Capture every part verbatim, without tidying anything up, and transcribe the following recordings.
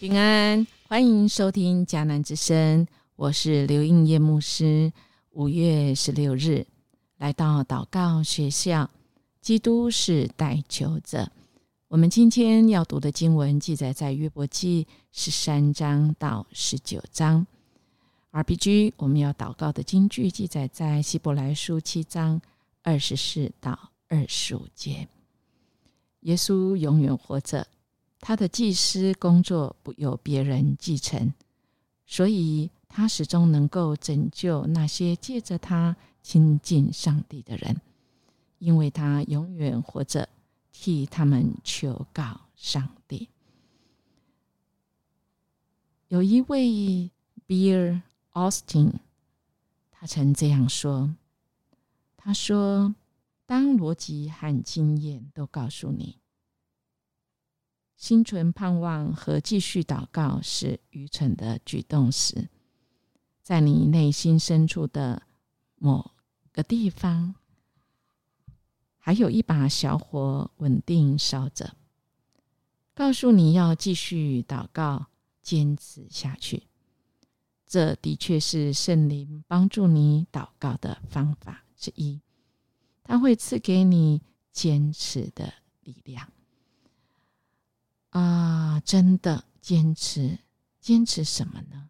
平安，欢迎收听迦南之声，我是刘应叶牧师。五月十六日来到祷告学校，基督是代求者。我们今天要读的经文记载在约伯记十三章到十九章。 R P G 我们要祷告的经句记载在希伯来书七章二十四到二十五节。耶稣永远活着，他的祭司工作不由别人继承，所以他始终能够拯救那些借着他亲近上帝的人，因为他永远活着，替他们求告上帝。有一位 Bill Austin 他曾这样说，他说，当逻辑和经验都告诉你心存盼望和继续祷告是愚蠢的举动时，在你内心深处的某个地方还有一把小火稳定烧着，告诉你要继续祷告，坚持下去。这的确是圣灵帮助你祷告的方法之一，他会赐给你坚持的力量。啊，真的坚持，坚持什么呢？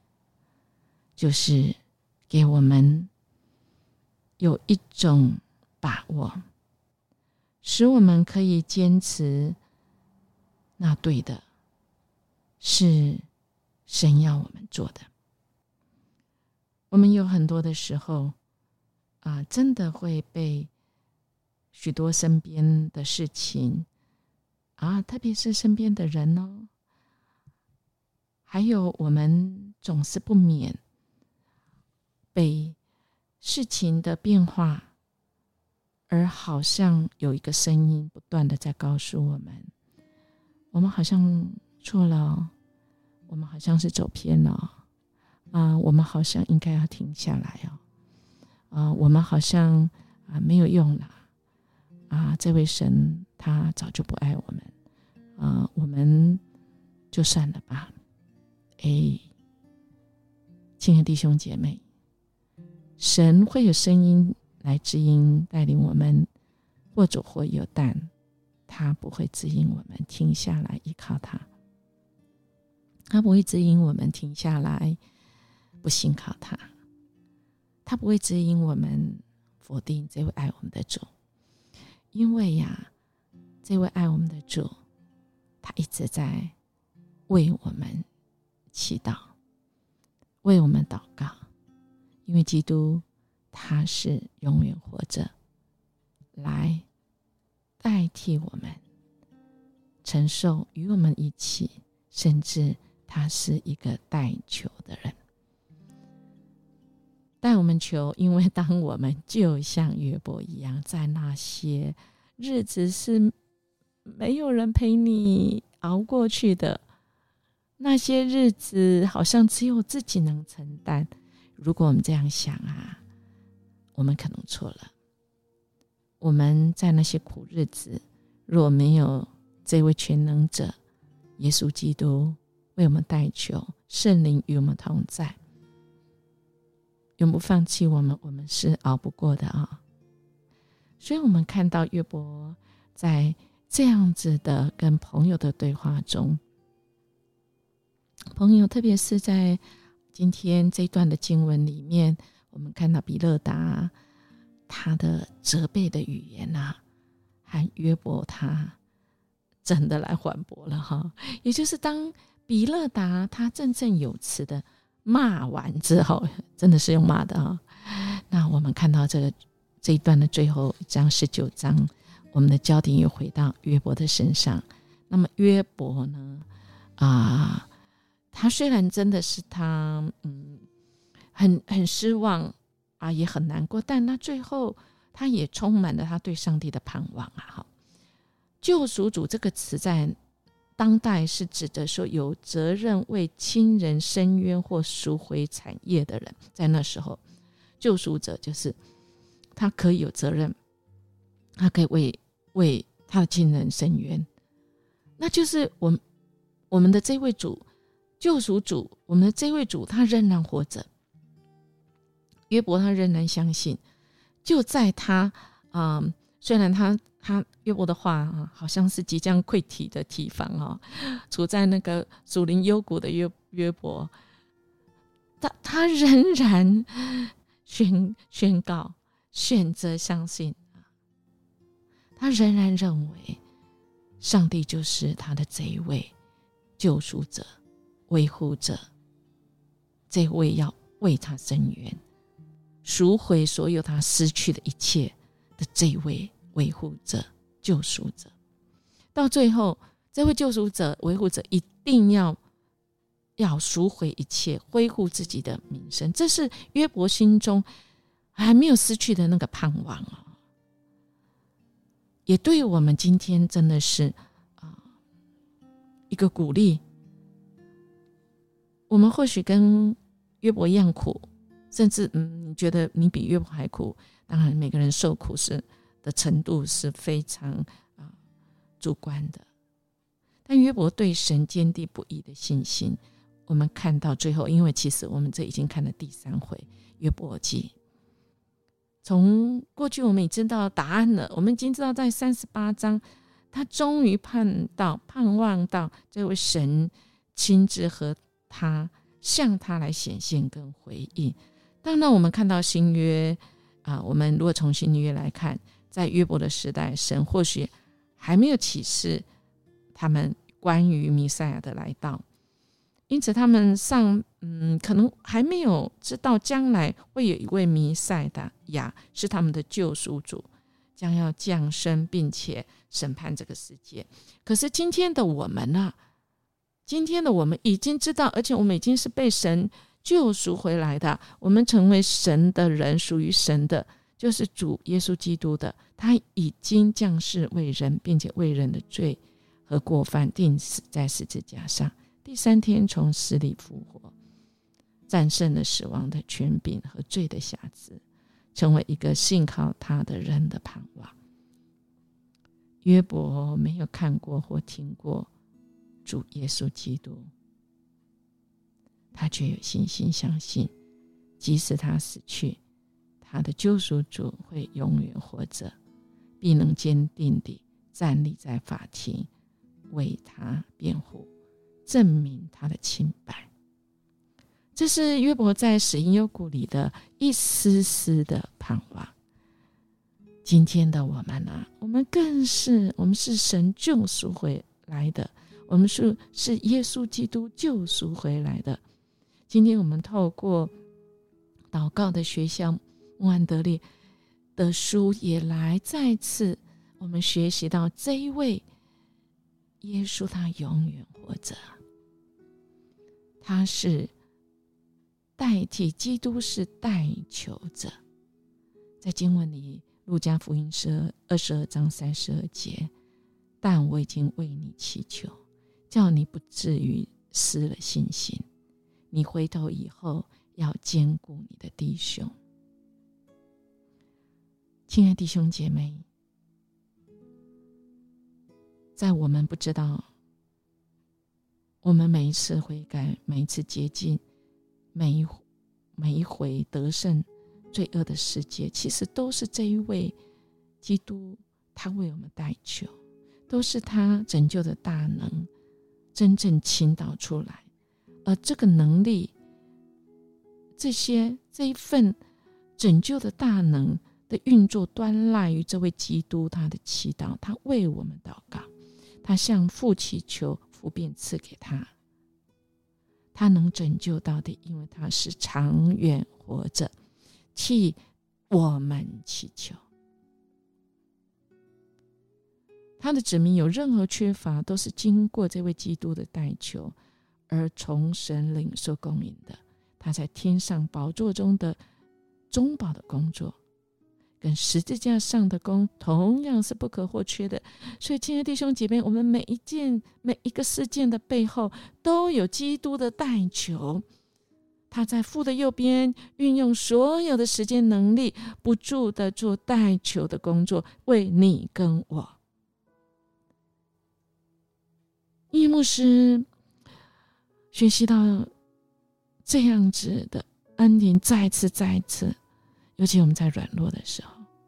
就是给我们有一种把握，使我们可以坚持那对的是神要我们做的。我们有很多的时候啊，真的会被许多身边的事情啊，特别是身边的人哦，还有我们总是不免被事情的变化，而好像有一个声音不断的在告诉我们，我们好像错了，我们好像是走偏了啊，我们好像应该要停下来哦，啊，我们好像啊没有用了啊，这位神他早就不爱我们啊，我们就算了吧。哎，亲爱的弟兄姐妹，神会有声音来指引带领我们，或左或右，但他不会指引我们停下来依靠他，他不会指引我们停下来不信靠他，他不会指引我们否定这位爱我们的主，因为呀，这位爱我们的主，他一直在为我们祈祷，为我们祷告，因为基督他是永远活着，来代替我们承受与我们一起，甚至他是一个代求的人，带我们求。因为当我们就像约伯一样，在那些日子是没有人陪你熬过去的，那些日子好像只有自己能承担。如果我们这样想啊，我们可能错了。我们在那些苦日子，若没有这位全能者耶稣基督为我们代求，圣灵与我们同在，永不放弃我们，我们是熬不过的啊。所以我们看到约伯在这样子的跟朋友的对话中，朋友特别是在今天这段的经文里面，我们看到比勒达他的责备的语言啊，和约伯他真的来反驳了哈。也就是当比勒达他振振有词的骂完之后，真的是用骂的啊。那我们看到这个这一段的最后一章十九章，我们的焦点又回到约伯的身上。那么约伯呢啊，他虽然真的是他嗯很很失望啊，也很难过，但他最后他也充满了他对上帝的盼望啊。救赎主这个词在当代是指的说有责任为亲人伸冤或赎回产业的人，在那时候救赎者就是他可以有责任，他可以为为他的亲人伸冤，那就是我们我们的这位主救赎主，我们的这位主他仍然活着。约伯他仍然相信，就在他、呃、虽然他他约伯的话、啊、好像是即将溃体的提防、哦、处在那个属灵幽谷的 约, 约伯，他他仍然 宣, 宣告选择相信，他仍然认为上帝就是他的这一位救赎者、维护者，这位要为他伸冤赎回所有他失去的一切的这位维护者、救赎者。到最后，这位救赎者、维护者一定要要赎回一切，恢复自己的名声，这是约伯心中还没有失去的那个盼望、哦、也对我们今天真的是、呃、一个鼓励。我们或许跟约伯一样苦，甚至嗯，你觉得你比约伯还苦，当然每个人受苦是的程度是非常、呃、主观的，但约伯对神坚定不移的信心，我们看到最后，因为其实我们这已经看了第三回约伯记，从过去我们已经知道答案了，我们已经知道在三十八章他终于盼到盼望到这位神亲自和他向他来显现跟回应。当然我们看到新约、啊、我们如果从新约来看，在约伯的时代，神或许还没有启示他们关于弥赛亚的来到，因此他们上嗯，可能还没有知道将来会有一位弥赛亚是他们的救赎主，将要降生并且审判这个世界。可是今天的我们啊，今天的我们已经知道，而且我们已经是被神救赎回来的，我们成为神的人，属于神的就是主耶稣基督的，他已经降世为人，并且为人的罪和过犯钉死在十字架上，第三天从死里复活，战胜了死亡的权柄和罪的辖制，成为一个信靠他的人的盼望。约伯没有看过或听过主耶稣基督，他却有信心相信，即使他死去，他的救赎主会永远活着，必能坚定地站立在法庭，为他辩护，证明他的清白。这是约伯在死荫幽谷里的一丝丝的盼望。今天的我们啊，我们更是我们是神救赎回来的，我们是是耶稣基督救赎回来的。今天我们透过祷告的学校慕安德烈的书，也来再次我们学习到这一位耶稣，他永远活着，他是代替，基督是代求者。在经文里，路加福音二十二章三十二节，但我已经为你祈求，叫你不至于失了信心，你回头以后要坚固你的弟兄。亲爱的弟兄姐妹，在我们不知道，我们每一次悔改，每一次洁净，每一每一回得胜罪恶的世界，其实都是这一位基督他为我们代求，都是他拯救的大能真正倾倒出来。而这个能力，这些这一份拯救的大能的运作，端赖于这位基督他的祈祷，他为我们祷告，他向父祈求，父便赐给他，他能拯救到底，因为他是长远活着替我们祈求。他的子民有任何缺乏，都是经过这位基督的代求而从神领受供应的。他在天上宝座中的中保的工作，跟十字架上的工同样是不可或缺的。所以亲爱的弟兄姐妹，我们每一件每一个事件的背后都有基督的代求，他在父的右边运用所有的时间能力，不住的做代求的工作，为你跟我。因为牧师学习到这样子的恩典，再一次再一次，尤其我们在软弱的时候。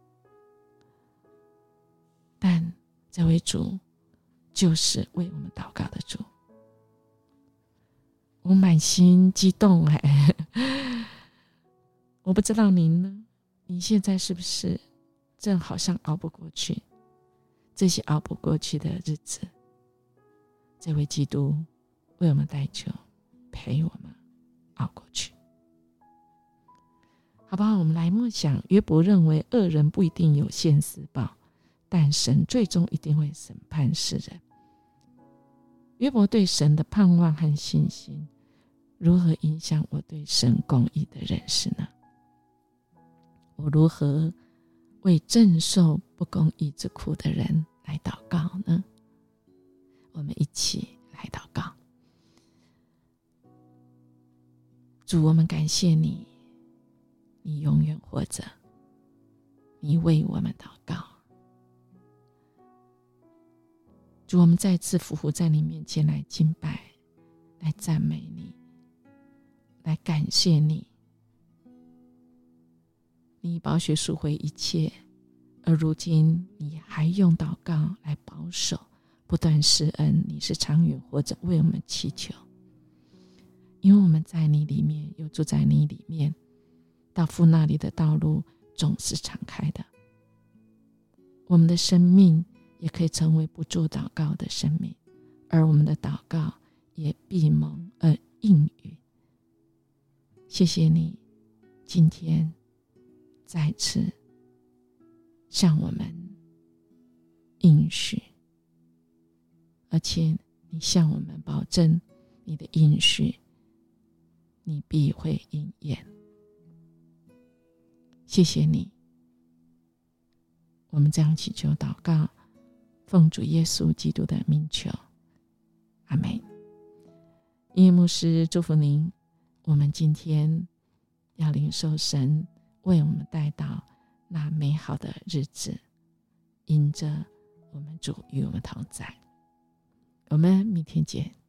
但这位主就是为我们祷告的主，我满心激动哎！我不知道您呢？你现在是不是正好像熬不过去这些熬不过去的日子？这位基督为我们代求，陪我们熬过去，好不好？我们来默想，约伯认为恶人不一定有现世报，但神最终一定会审判世人。约伯对神的盼望和信心，如何影响我对神公义的认识呢？我如何为正受不公义之苦的人来祷告呢？我们一起来祷告。主，我们感谢你，你永远活着，你为我们祷告。主，我们再次匍匐在你面前来敬拜，来赞美你，来感谢你。你宝血赎回一切，而如今你还用祷告来保守，不断施恩。你是长远活着，为我们祈求，因为我们在你里面，又住在你里面，到父那里的道路总是敞开的。我们的生命也可以成为不住祷告的生命，而我们的祷告也必蒙而应允。谢谢你今天再次向我们应许，而且你向我们保证你的应许你必会应验。谢谢你，我们这样祈求祷告，奉主耶稣基督的名求，阿们。音乐牧师祝福您，我们今天要领受神为我们带到那美好的日子，因着我们主与我们同在。我们明天见。